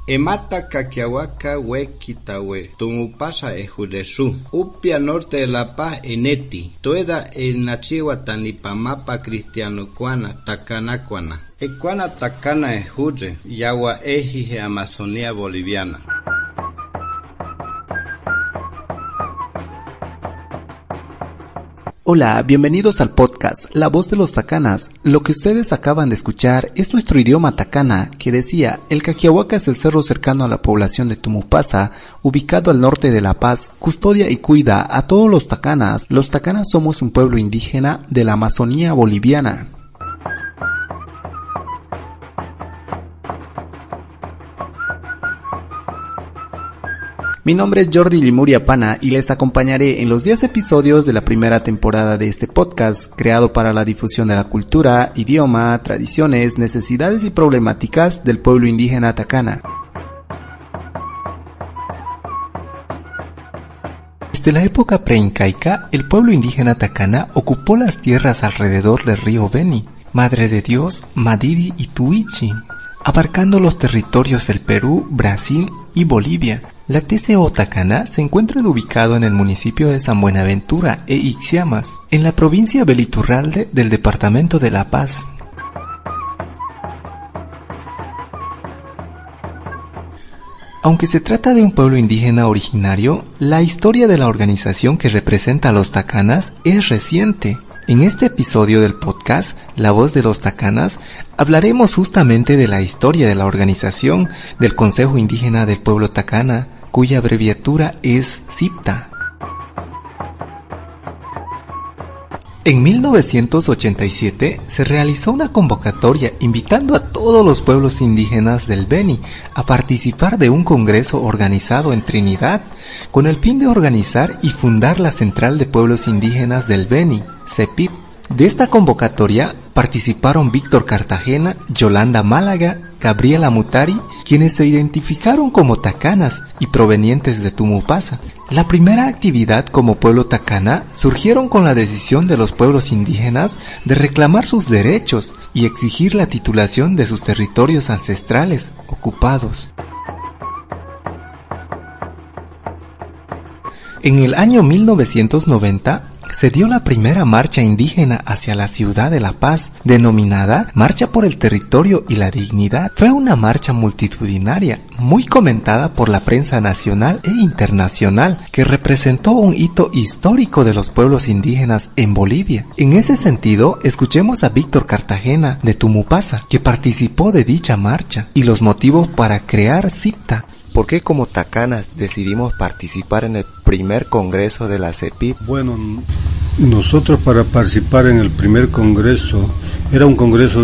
Emata Caquiahuaca Huequitawe, Tumupasa Ejudesu, Upia Norte de La Paz Eneti, Tueda el Nachiwa Tanipamapa Cristiano Cuana, Takanacuana. Ecuana Takana Ejude, Yagua Ejije Amazonía Boliviana. Hola, bienvenidos al podcast La Voz de los Tacanas. Lo que ustedes acaban de escuchar es nuestro idioma tacana, que decía: el Caquiahuaca es el cerro cercano a la población de Tumupasa, ubicado al norte de La Paz, custodia y cuida a todos los tacanas. Los tacanas somos un pueblo indígena de la Amazonía boliviana. Mi nombre es Jordi Limuria Pana y les acompañaré en los 10 episodios de la primera temporada de este podcast, creado para la difusión de la cultura, idioma, tradiciones, necesidades y problemáticas del pueblo indígena tacana. Desde la época preincaica, el pueblo indígena tacana ocupó las tierras alrededor del río Beni, Madre de Dios, Madidi y Tuichi, abarcando los territorios del Perú, Brasil y Bolivia. La TCO Tacana se encuentra ubicado en el municipio de San Buenaventura e Ixiamas, en la provincia Beliturralde del departamento de La Paz. Aunque se trata de un pueblo indígena originario, la historia de la organización que representa a los tacanas es reciente. En este episodio del podcast, La Voz de los Tacanas, hablaremos justamente de la historia de la organización del Consejo Indígena del Pueblo Tacana, cuya abreviatura es CIPTA. En 1987 se realizó una convocatoria invitando a todos los pueblos indígenas del Beni a participar de un congreso organizado en Trinidad con el fin de organizar y fundar la Central de Pueblos Indígenas del Beni, CEPIP. De esta convocatoria participaron Víctor Cartagena, Yolanda Málaga, Gabriela Mutari, quienes se identificaron como tacanas y provenientes de Tumupasa. La primera actividad como pueblo tacana surgieron con la decisión de los pueblos indígenas de reclamar sus derechos y exigir la titulación de sus territorios ancestrales ocupados. En el año 1990, se dio la primera marcha indígena hacia la ciudad de La Paz, denominada Marcha por el Territorio y la Dignidad. Fue una marcha multitudinaria, muy comentada por la prensa nacional e internacional, que representó un hito histórico de los pueblos indígenas en Bolivia. En ese sentido, escuchemos a Víctor Cartagena, de Tumupasa, que participó de dicha marcha, y los motivos para crear CIPTA. ¿Por qué como tacanas decidimos participar en el primer congreso de la CEPIP? Bueno, nosotros para participar en el primer congreso, era un congreso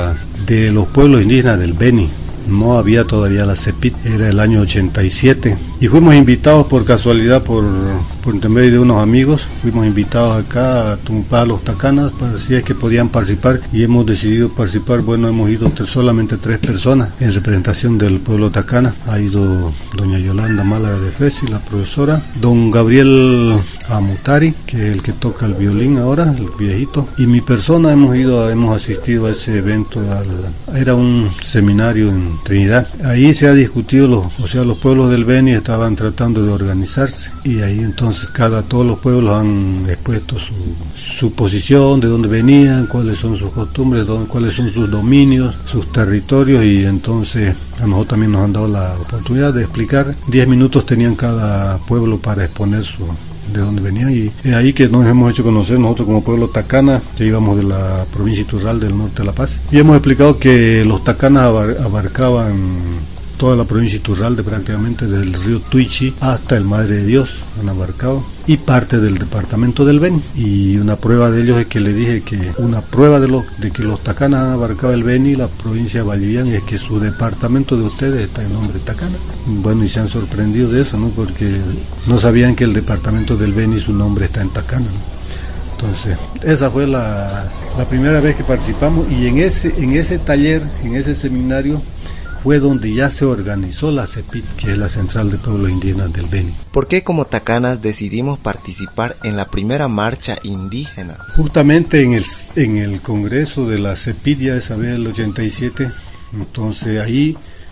de los pueblos indígenas del Beni. No había todavía la CEPIP, era el año 87. Y fuimos invitados por casualidad, por intermedio de unos amigos, fuimos invitados acá a Tumupá, los tacanas, para si es que podían participar, y hemos decidido participar. Bueno, hemos ido solamente 3 personas en representación del pueblo tacana. Ha ido doña Yolanda Málaga de Fesi, la profesora, don Gabriel Amutari, que es el que toca el violín ahora, el viejito, y mi persona. Hemos asistido a ese evento, era un seminario en Trinidad. Ahí se ha discutido, los pueblos del Beni estaban tratando de organizarse, y ahí entonces todos los pueblos han expuesto su posición, de dónde venían, cuáles son sus costumbres, cuáles son sus dominios, sus territorios, y entonces a nosotros también nos han dado la oportunidad de explicar. 10 minutos tenían cada pueblo para exponer de dónde venían, y es ahí que nos hemos hecho conocer nosotros como pueblo tacana, que llegamos de la provincia Iturralde del norte de La Paz, y hemos explicado que los tacanas abarcaban toda la provincia Iturralde prácticamente, desde el río Tuichi hasta el Madre de Dios, han abarcado, y parte del departamento del Beni. Y una prueba de ellos es que le dije que una prueba de que los tacanas han abarcado el Beni, la provincia boliviana, es que su departamento de ustedes está en nombre tacana. Bueno, y se han sorprendido de eso, ¿no? Porque no sabían que el departamento del Beni, su nombre está en Tacana, ¿no? Entonces, esa fue la primera vez que participamos, y en ese taller, en ese seminario, fue donde ya se organizó la CEPIP, que es la Central de Pueblos Indígenas del Beni. ¿Por qué como tacanas decidimos participar en la primera marcha indígena? Justamente en el congreso de la CEPIP, ya esa vez el 87, entonces ahí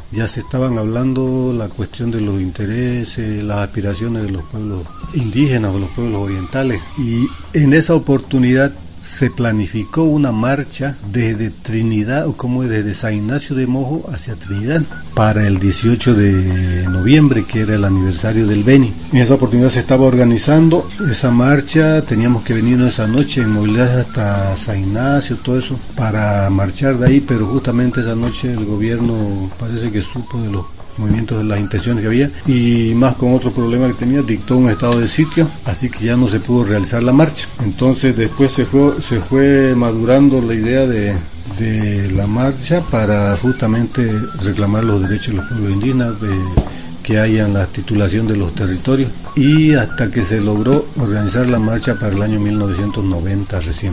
ya se estaban hablando la cuestión de los intereses, las aspiraciones de los pueblos indígenas o los pueblos orientales, y en esa oportunidad se planificó una marcha desde Trinidad, o como es, desde San Ignacio de Mojo hacia Trinidad, para el 18 de noviembre, que era el aniversario del Beni. En esa oportunidad se estaba organizando esa marcha, teníamos que venirnos esa noche en movilidad hasta San Ignacio, todo eso, para marchar de ahí, pero justamente esa noche el gobierno parece que supo de los movimientos, de las intenciones que había, y más con otro problema que tenía, dictó un estado de sitio, así que ya no se pudo realizar la marcha. Entonces después se fue madurando la idea de la marcha para justamente reclamar los derechos de los pueblos indígenas, de que haya la titulación de los territorios, y hasta que se logró organizar la marcha para el año 1990 recién.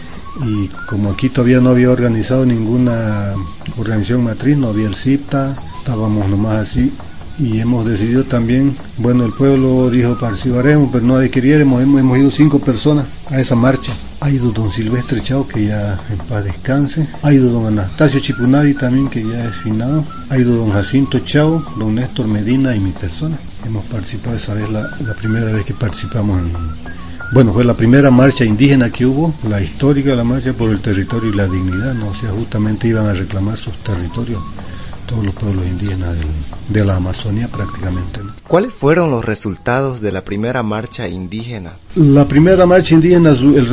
Y como aquí todavía no había organizado ninguna organización matriz, no había el CIPTA, estábamos nomás así, y hemos decidido también, bueno, el pueblo dijo participaremos, pero no adquiriéramos, hemos ido 5 personas a esa marcha. Ha ido don Silvestre Chao, que ya en paz descanse, ha ido don Anastasio Chipunari también, que ya es finado, ha ido don Jacinto Chao, don Néstor Medina y mi persona. Hemos participado esa vez, la primera vez que participamos bueno, fue la primera marcha indígena que hubo, la histórica, la marcha por el territorio y la dignidad, ¿no? O sea, justamente iban a reclamar sus territorios todos los pueblos indígenas de la Amazonía prácticamente, ¿no? ¿Cuáles fueron los resultados de la primera marcha indígena? La primera marcha indígena, el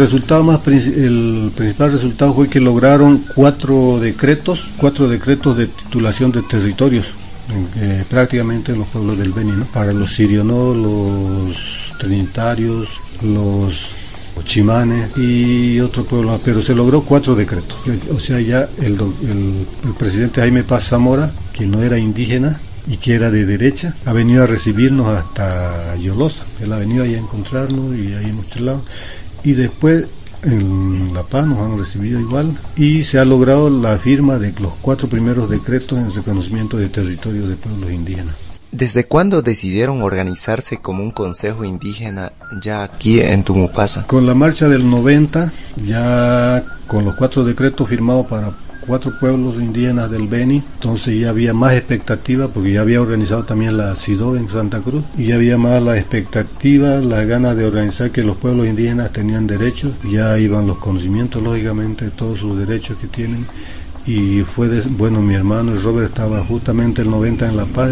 principal resultado fue que lograron 4 decretos de titulación de territorios, prácticamente en los pueblos del Beni, ¿no? Para los sirionó, los trinitarios, los chimanes y otro pueblo más, pero se logró 4 decretos. O sea, ya el presidente Jaime Paz Zamora, que no era indígena y que era de derecha, ha venido a recibirnos hasta Yolosa. Él ha venido ahí a encontrarnos y ahí hemos charlado, y después en La Paz nos han recibido igual, y se ha logrado la firma de los 4 primeros decretos en reconocimiento de territorios de pueblos indígenas. ¿Desde cuándo decidieron organizarse como un consejo indígena ya aquí en Tumupasa? Con la marcha del 90, ya con los 4 decretos firmados para 4 pueblos indígenas del Beni, entonces ya había más expectativa, porque ya había organizado también la CIDO en Santa Cruz, y ya había más la expectativa, la ganas de organizar que los pueblos indígenas tenían derechos, ya iban los conocimientos, lógicamente, de todos sus derechos que tienen. Y bueno, mi hermano el Robert estaba justamente el 90 en La Paz,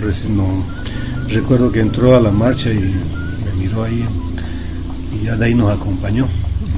recuerdo que entró a la marcha y me miró ahí, y ya de ahí nos acompañó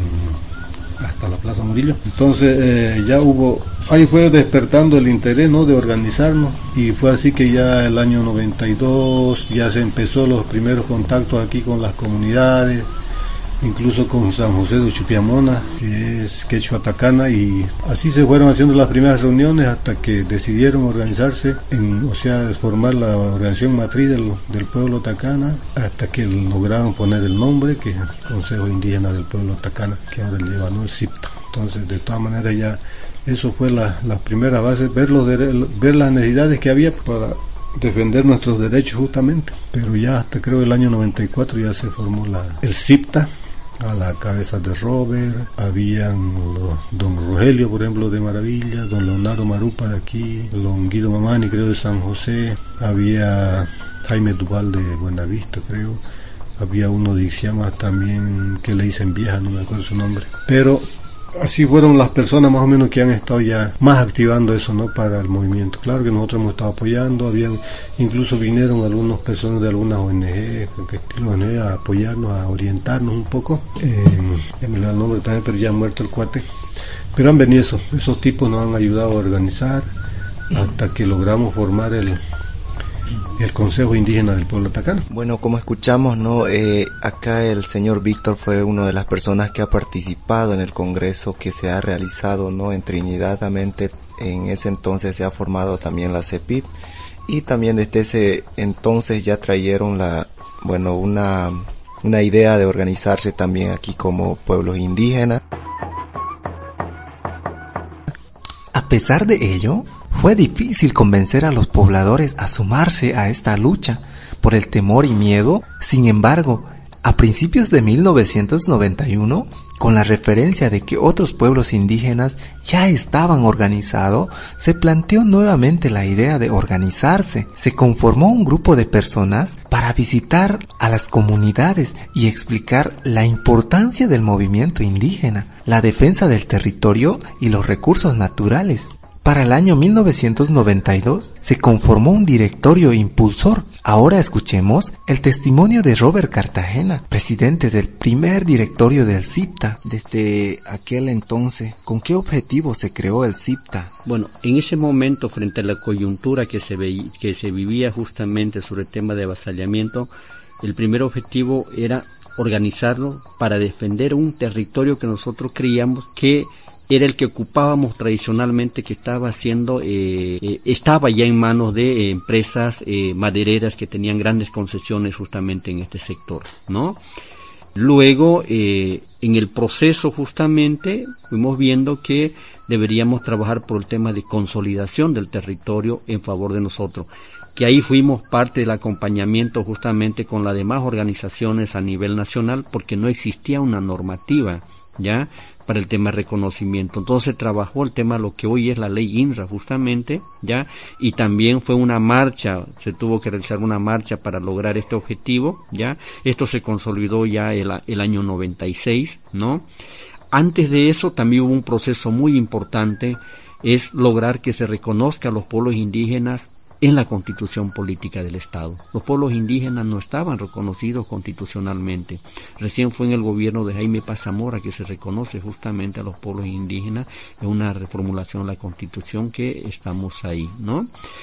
hasta la Plaza Murillo. Entonces ahí fue despertando el interés, ¿no?, de organizarnos, y fue así que ya el año 92 ya se empezó los primeros contactos aquí con las comunidades, incluso con San José de Uchupiamona, que es quechua tacana, y así se fueron haciendo las primeras reuniones hasta que decidieron organizarse, o sea, formar la organización matriz del pueblo tacana, hasta que lograron poner el nombre, que es el Consejo Indígena del Pueblo Tacana, que ahora lleva, ¿no?, el CIPTA. Entonces, de todas maneras, ya eso fue la primera base, ver las necesidades que había para defender nuestros derechos justamente. Pero ya hasta creo el año 94 ya se formó el CIPTA, a la cabeza de Robert, habían don Rogelio, por ejemplo, de Maravilla, don Leonardo Marupa de aquí, don Guido Mamani, creo, de San José, había Jaime Duval de Buenavista, creo, había uno de Ixiama también, que le dicen Vieja, no me acuerdo su nombre, pero así fueron las personas más o menos que han estado ya más activando eso, ¿no?, para el movimiento. Claro que nosotros hemos estado apoyando, incluso vinieron algunas personas de algunas ONG, a apoyarnos, a orientarnos un poco. Ya me da el nombre también, pero ya ha muerto el cuate. Pero han venido esos tipos, nos han ayudado a organizar hasta que logramos formar el Consejo Indígena del Pueblo Tacana. Bueno, como escuchamos, ¿no? Acá el señor Víctor fue una de las personas que ha participado en el congreso que se ha realizado, ¿no?, en Trinidad. En ese entonces se ha formado también la CEPIP, y también desde ese entonces ya trajeron una idea de organizarse también aquí como pueblos indígenas. A pesar de ello, fue difícil convencer a los pobladores a sumarse a esta lucha por el temor y miedo. Sin embargo, A principios de 1991, con la referencia de que otros pueblos indígenas ya estaban organizados, se planteó nuevamente la idea de organizarse. Se conformó un grupo de personas para visitar a las comunidades y explicar la importancia del movimiento indígena, la defensa del territorio y los recursos naturales. Para el año 1992 se conformó un directorio impulsor. Ahora escuchemos el testimonio de Robert Cartagena, presidente del primer directorio del CIPTA. Desde aquel entonces, ¿con qué objetivo se creó el CIPTA? Bueno, en ese momento, frente a la coyuntura que se vivía justamente sobre el tema de avasallamiento, el primer objetivo era organizarlo para defender un territorio que nosotros creíamos que era el que ocupábamos tradicionalmente, que estaba estaba ya en manos de empresas madereras que tenían grandes concesiones justamente en este sector, ¿no? Luego, en el proceso justamente, fuimos viendo que deberíamos trabajar por el tema de consolidación del territorio en favor de nosotros, que ahí fuimos parte del acompañamiento justamente con las demás organizaciones a nivel nacional, porque no existía una normativa, ¿ya?, para el tema de reconocimiento. Entonces trabajó el tema, lo que hoy es la ley INRA justamente, ¿ya? Y también fue una marcha, se tuvo que realizar una marcha para lograr este objetivo, ¿ya? Esto se consolidó ya el año 96, ¿no? Antes de eso también hubo un proceso muy importante, es lograr que se reconozca a los pueblos indígenas en la constitución política del Estado. Los pueblos indígenas no estaban reconocidos constitucionalmente. Recién fue en el gobierno de Jaime Paz Zamora que se reconoce justamente a los pueblos indígenas en una reformulación de la constitución que estamos ahí, ¿no?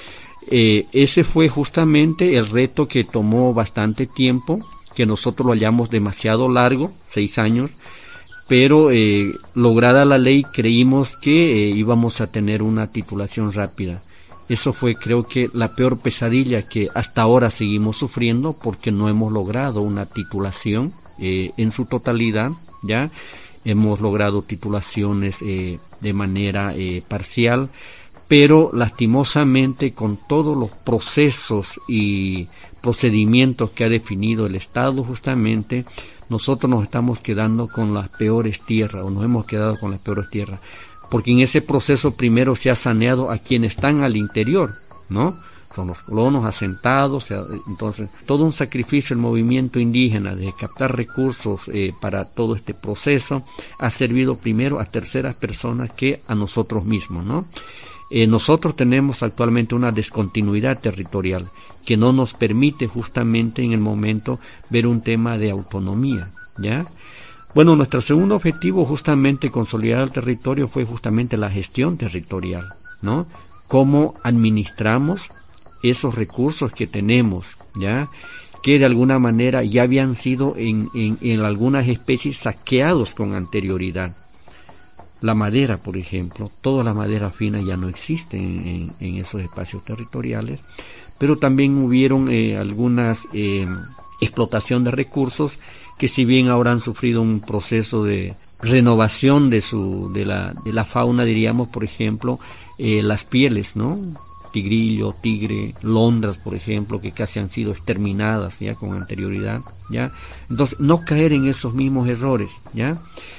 Ese fue justamente el reto que tomó bastante tiempo, que nosotros lo hallamos demasiado largo, 6 años, pero lograda la ley creímos que íbamos a tener una titulación rápida. Eso fue, creo que, la peor pesadilla que hasta ahora seguimos sufriendo, porque no hemos logrado una titulación en su totalidad, ¿ya? Hemos logrado titulaciones de manera parcial, pero lastimosamente con todos los procesos y procedimientos que ha definido el Estado justamente, nosotros nos estamos quedando con las peores tierras, o nos hemos quedado con las peores tierras. Porque en ese proceso primero se ha saneado a quienes están al interior, ¿no? Son los colonos asentados, entonces todo un sacrificio el movimiento indígena de captar recursos para todo este proceso ha servido primero a terceras personas que a nosotros mismos, ¿no? Nosotros tenemos actualmente una descontinuidad territorial que no nos permite justamente en el momento ver un tema de autonomía, ¿ya? Bueno, nuestro segundo objetivo, justamente consolidar el territorio, fue justamente la gestión territorial, ¿no? Cómo administramos esos recursos que tenemos, ¿ya? Que de alguna manera ya habían sido en algunas especies saqueados con anterioridad. La madera, por ejemplo, toda la madera fina ya no existe en esos espacios territoriales, pero también hubieron algunas explotación de recursos que, si bien ahora han sufrido un proceso de renovación de la fauna, diríamos, por ejemplo, las pieles, ¿no? Tigrillo, tigre, londras, por ejemplo, que casi han sido exterminadas ya con anterioridad, ¿ya? Entonces, no caer en esos mismos errores, ¿ya?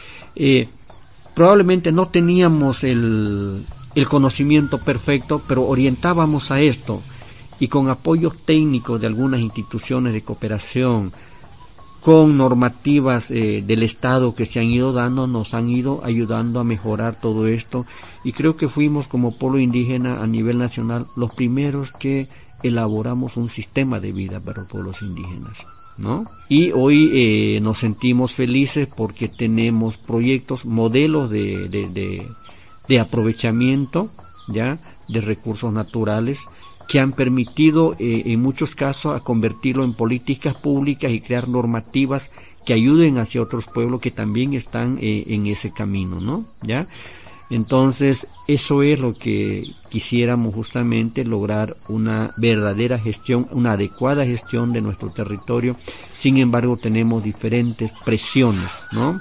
Probablemente no teníamos el conocimiento perfecto, pero orientábamos a esto, y con apoyos técnicos de algunas instituciones de cooperación, con normativas del Estado que se han ido dando, nos han ido ayudando a mejorar todo esto, y creo que fuimos como pueblo indígena a nivel nacional los primeros que elaboramos un sistema de vida para los pueblos indígenas, ¿no? Y hoy nos sentimos felices porque tenemos proyectos, modelos de aprovechamiento, ¿ya?, de recursos naturales, que han permitido en muchos casos a convertirlo en políticas públicas y crear normativas que ayuden hacia otros pueblos que también están en ese camino, ¿no? ¿Ya? Entonces, eso es lo que quisiéramos justamente lograr, una verdadera gestión, una adecuada gestión de nuestro territorio. Sin embargo, tenemos diferentes presiones, ¿no?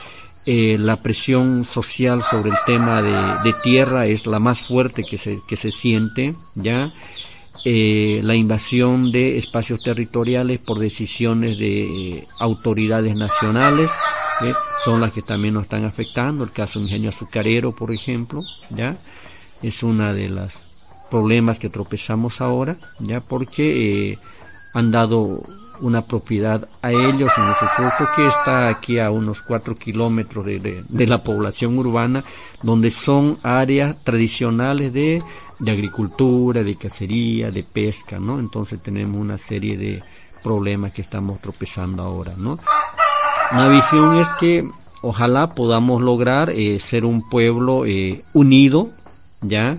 La presión social sobre el tema de tierra es la más fuerte que se siente, ¿ya? la invasión de espacios territoriales por decisiones de autoridades nacionales, son las que también nos están afectando. El caso del ingenio azucarero, por ejemplo, ya es una de las problemas que tropezamos ahora, ya porque han dado una propiedad a ellos en Usufructo, que está aquí a unos 4 kilómetros de la población urbana, donde son áreas tradicionales de agricultura, de cacería, de pesca, ¿no? Entonces tenemos una serie de problemas que estamos tropezando ahora, ¿no? La visión es que ojalá podamos lograr ser un pueblo unido, ya,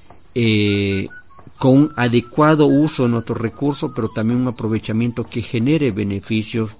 con un adecuado uso de nuestros recursos, pero también un aprovechamiento que genere beneficios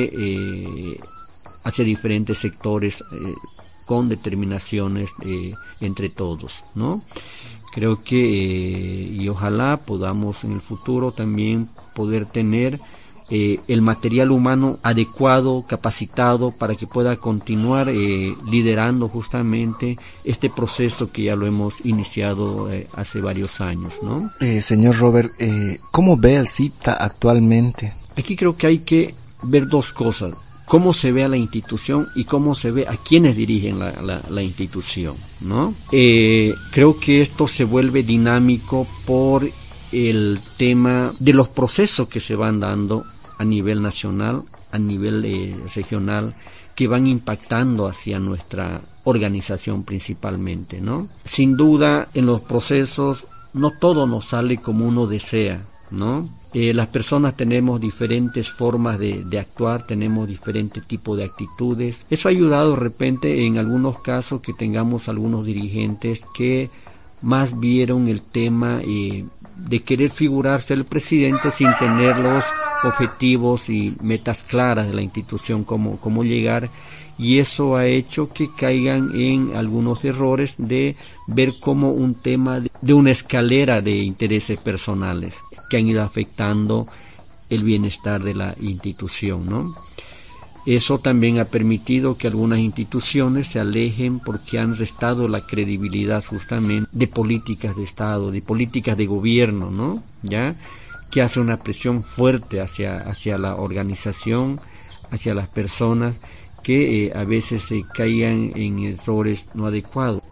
hacia diferentes sectores, con determinaciones entre todos, ¿no? Creo que y ojalá podamos en el futuro también poder tener el material humano adecuado, capacitado, para que pueda continuar liderando justamente este proceso que ya lo hemos iniciado hace varios años, ¿no? Señor Robert, ¿cómo ve al CIPTA actualmente? Aquí creo que hay que ver dos cosas: cómo se ve a la institución y cómo se ve a quienes dirigen la institución, ¿no? Creo que esto se vuelve dinámico por el tema de los procesos que se van dando a nivel nacional, a nivel regional, que van impactando hacia nuestra organización principalmente, ¿no? Sin duda, en los procesos no todo nos sale como uno desea, ¿no? Las personas tenemos diferentes formas de actuar, tenemos diferentes tipos de actitudes. Eso ha ayudado de repente en algunos casos que tengamos algunos dirigentes que más vieron el tema de querer figurarse el presidente sin tener los objetivos y metas claras de la institución, cómo llegar, y eso ha hecho que caigan en algunos errores de ver como un tema de una escalera de intereses personales que han ido afectando el bienestar de la institución, ¿no? Eso también ha permitido que algunas instituciones se alejen porque han restado la credibilidad justamente de políticas de Estado, de políticas de gobierno, ¿no? Ya que hace una presión fuerte hacia la organización, hacia las personas que a veces se caigan en errores no adecuados.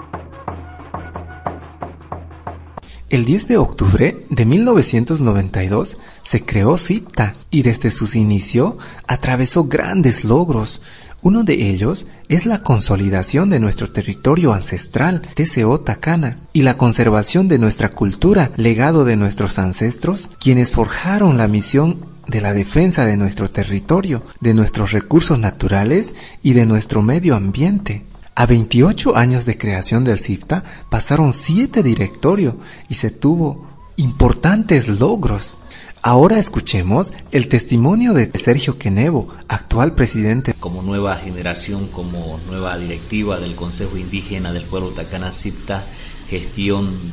El 10 de octubre de 1992 se creó CIPTA y desde sus inicios atravesó grandes logros. Uno de ellos es la consolidación de nuestro territorio ancestral, TCO Tacana, y la conservación de nuestra cultura, legado de nuestros ancestros, quienes forjaron la misión de la defensa de nuestro territorio, de nuestros recursos naturales y de nuestro medio ambiente. A 28 años de creación del CIPTA pasaron 7 directorios y se tuvo importantes logros. Ahora escuchemos el testimonio de Sergio Quenevo, actual presidente. Como nueva generación, como nueva directiva del Consejo Indígena del Pueblo Tacana CIPTA, gestión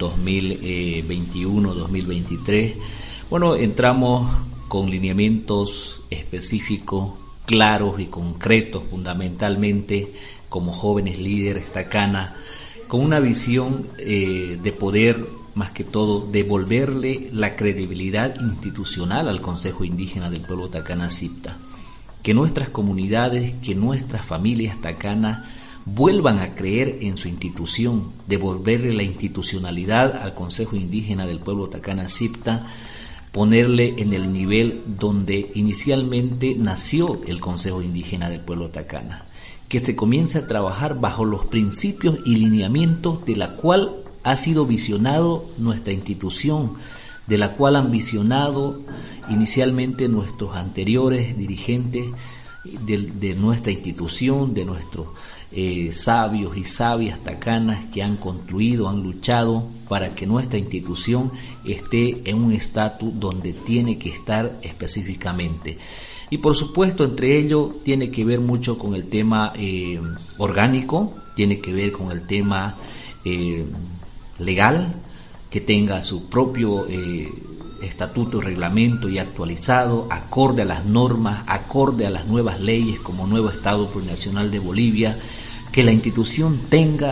2021-2023, bueno, entramos con lineamientos específicos, claros y concretos, fundamentalmente como jóvenes líderes Tacana, con una visión de poder, más que todo, devolverle la credibilidad institucional al Consejo Indígena del Pueblo Tacana CIPTA, que nuestras comunidades, que nuestras familias tacanas vuelvan a creer en su institución, devolverle la institucionalidad al Consejo Indígena del Pueblo Tacana CIPTA, ponerle en el nivel donde inicialmente nació el Consejo Indígena del Pueblo Tacana, que se comience a trabajar bajo los principios y lineamientos de la cual ha sido visionado nuestra institución, de la cual han visionado inicialmente nuestros anteriores dirigentes de nuestra institución, de nuestros sabios y sabias tacanas que han construido, han luchado para que nuestra institución esté en un estatus donde tiene que estar específicamente. Y por supuesto, entre ellos tiene que ver mucho con el tema orgánico, tiene que ver con el tema legal, que tenga su propio estatuto, reglamento y actualizado, acorde a las normas, acorde a las nuevas leyes como nuevo Estado Plurinacional de Bolivia, que la institución tenga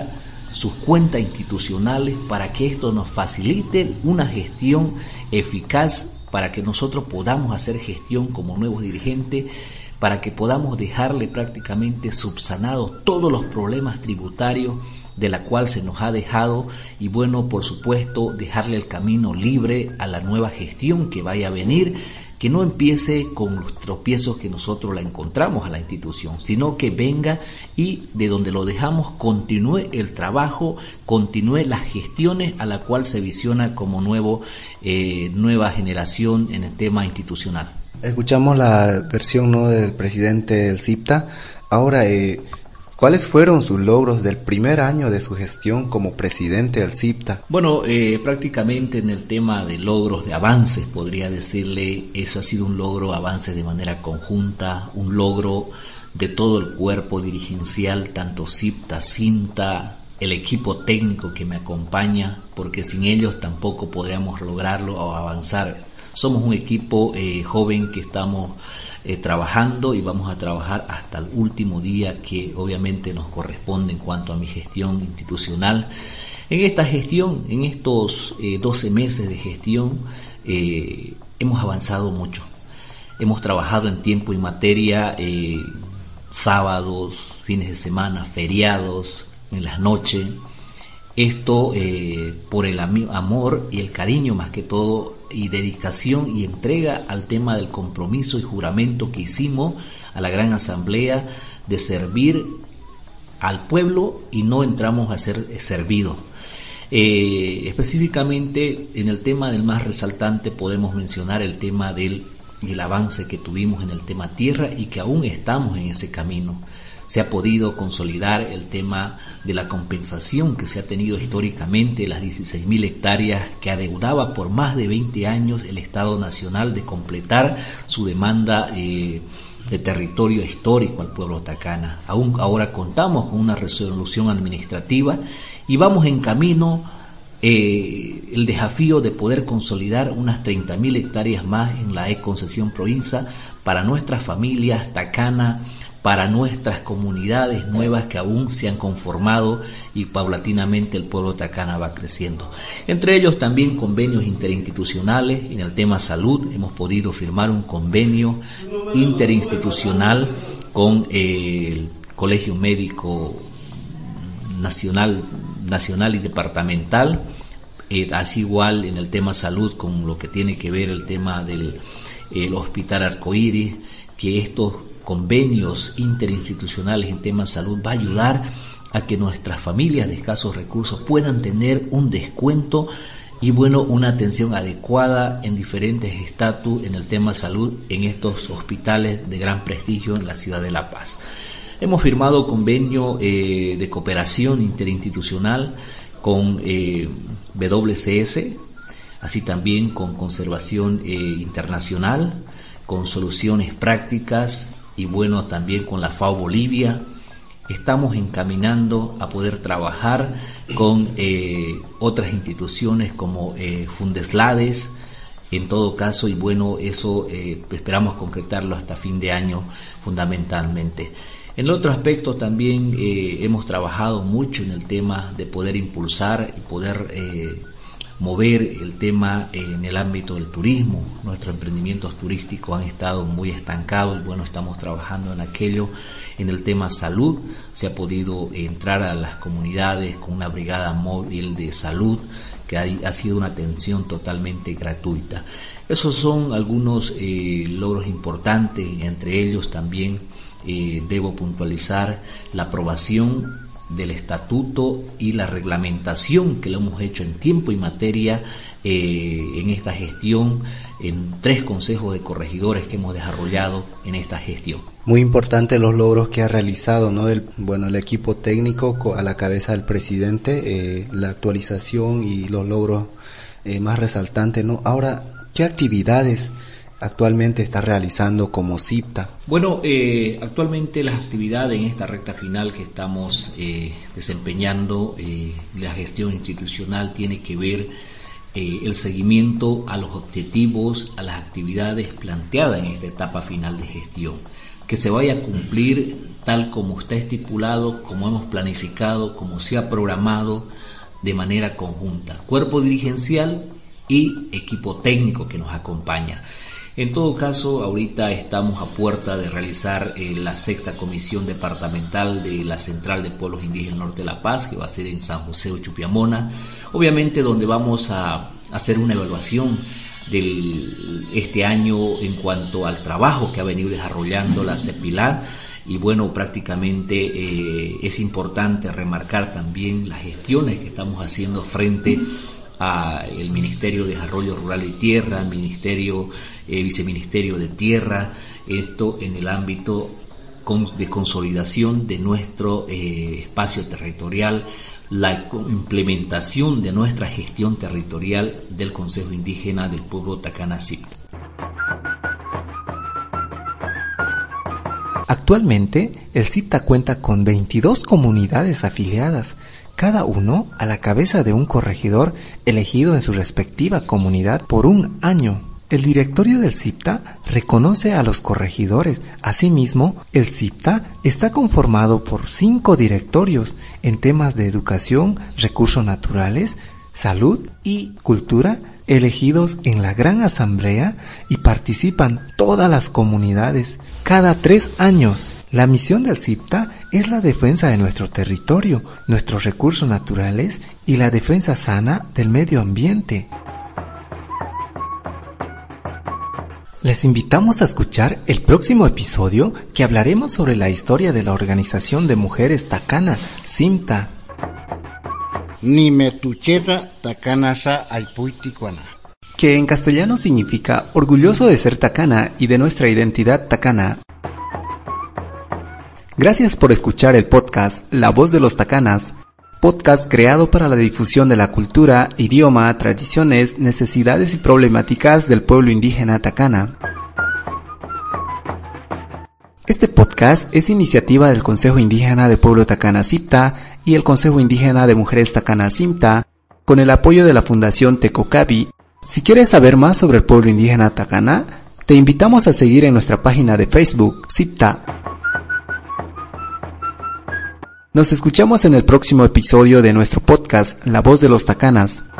sus cuentas institucionales para que esto nos facilite una gestión eficaz, para que nosotros podamos hacer gestión como nuevos dirigentes, para que podamos dejarle prácticamente subsanados todos los problemas tributarios de la cual se nos ha dejado, y bueno, por supuesto, dejarle el camino libre a la nueva gestión que vaya a venir, que no empiece con los tropiezos que nosotros la encontramos a la institución, sino que venga y de donde lo dejamos continúe el trabajo, continúe las gestiones a la cual se visiona como nueva generación en el tema institucional. Escuchamos la versión, ¿no?, del presidente del CIPTA. Ahora, ¿cuáles fueron sus logros del primer año de su gestión como presidente del CIPTA? Bueno, prácticamente en el tema de logros, de avances, podría decirle, eso ha sido un logro, avances de manera conjunta, un logro de todo el cuerpo dirigencial, tanto CIPTA, CINTA, el equipo técnico que me acompaña, porque sin ellos tampoco podríamos lograrlo o avanzar. Somos un equipo joven que estamos trabajando y vamos a trabajar hasta el último día que obviamente nos corresponde en cuanto a mi gestión institucional. En esta gestión, en estos 12 meses de gestión, hemos avanzado mucho. Hemos trabajado en tiempo y materia, sábados, fines de semana, feriados, en las noches. Esto por el amor y el cariño más que todo, y dedicación y entrega al tema del compromiso y juramento que hicimos a la Gran Asamblea de servir al pueblo y no entramos a ser servidos. Específicamente en el tema del más resaltante podemos mencionar el tema del avance que tuvimos en el tema tierra y que aún estamos en ese camino. Se ha podido consolidar el tema de la compensación que se ha tenido históricamente, las 16.000 hectáreas que adeudaba por más de 20 años el Estado Nacional de completar su demanda de territorio histórico al pueblo Tacana. Aún ahora contamos con una resolución administrativa y vamos en camino el desafío de poder consolidar unas 30.000 hectáreas más en la concesión provincia para nuestras familias Tacana, para nuestras comunidades nuevas que aún se han conformado, y paulatinamente el pueblo Tacana va creciendo. Entre ellos también convenios interinstitucionales. En el tema salud hemos podido firmar un convenio interinstitucional con el Colegio Médico Nacional y departamental, así igual en el tema salud con lo que tiene que ver el tema del Hospital Arcoíris, que estos convenios interinstitucionales en temas de salud va a ayudar a que nuestras familias de escasos recursos puedan tener un descuento y bueno, una atención adecuada en diferentes estatus en el tema de salud en estos hospitales de gran prestigio en la ciudad de La Paz. Hemos firmado convenio de cooperación interinstitucional con WCS, así también con Conservación Internacional, con Soluciones Prácticas y bueno, también con la FAO Bolivia. Estamos encaminando a poder trabajar con otras instituciones como Fundeslades, en todo caso, y bueno, eso esperamos concretarlo hasta fin de año fundamentalmente. En el otro aspecto también hemos trabajado mucho en el tema de poder impulsar y poder mover el tema en el ámbito del turismo. Nuestros emprendimientos turísticos han estado muy estancados y bueno, estamos trabajando en aquello. En el tema salud se ha podido entrar a las comunidades con una brigada móvil de salud que ha sido una atención totalmente gratuita. Esos son algunos logros importantes, entre ellos también debo puntualizar la aprobación del estatuto y la reglamentación que lo hemos hecho en tiempo y materia en esta gestión, en 3 consejos de corregidores que hemos desarrollado en esta gestión. Muy importante los logros que ha realizado, ¿no? El equipo técnico a la cabeza del presidente, la actualización y los logros más resaltantes, ¿no? Ahora, ¿qué actividades actualmente está realizando como CIPTA? Bueno, actualmente las actividades en esta recta final que estamos desempeñando, la gestión institucional tiene que ver el seguimiento a los objetivos, a las actividades planteadas en esta etapa final de gestión, que se vaya a cumplir tal como está estipulado, como hemos planificado, como se ha programado de manera conjunta. Cuerpo dirigencial y equipo técnico que nos acompaña. En todo caso, ahorita estamos a puerta de realizar la 6ª comisión departamental de la Central de Pueblos Indígenas del Norte de La Paz, que va a ser en San José de Chupiamona, obviamente donde vamos a hacer una evaluación de este año en cuanto al trabajo que ha venido desarrollando la CEPILAR. Y bueno, prácticamente es importante remarcar también las gestiones que estamos haciendo frente al Ministerio de Desarrollo Rural y Tierra, al Viceministerio de Tierra, esto en el ámbito de consolidación de nuestro espacio territorial, la implementación de nuestra gestión territorial del Consejo Indígena del Pueblo Takana Sipta. Actualmente, el CIPTA cuenta con 22 comunidades afiliadas, cada uno a la cabeza de un corregidor elegido en su respectiva comunidad por un año. El directorio del CIPTA reconoce a los corregidores. Asimismo, el CIPTA está conformado por 5 directorios en temas de educación, recursos naturales, salud y cultura, elegidos en la Gran Asamblea, y participan todas las comunidades cada 3 años. La misión del CIPTA es la defensa de nuestro territorio, nuestros recursos naturales y la defensa sana del medio ambiente. Les invitamos a escuchar el próximo episodio, que hablaremos sobre la historia de la Organización de Mujeres Takana, CIMTA. Ni metucheta takanasa alpuiticuana, que en castellano significa orgulloso de ser Takana y de nuestra identidad Takana. Gracias por escuchar el podcast La Voz de los Takanas, podcast creado para la difusión de la cultura, idioma, tradiciones, necesidades y problemáticas del pueblo indígena Takana. Este podcast es iniciativa del Consejo Indígena del Pueblo Takana CIPTA y el Consejo Indígena de Mujeres Takana CIMTA, con el apoyo de la Fundación Tecocabi. Si quieres saber más sobre el pueblo indígena Takana, te invitamos a seguir en nuestra página de Facebook, CIPTA. Nos escuchamos en el próximo episodio de nuestro podcast, La Voz de los Takanas.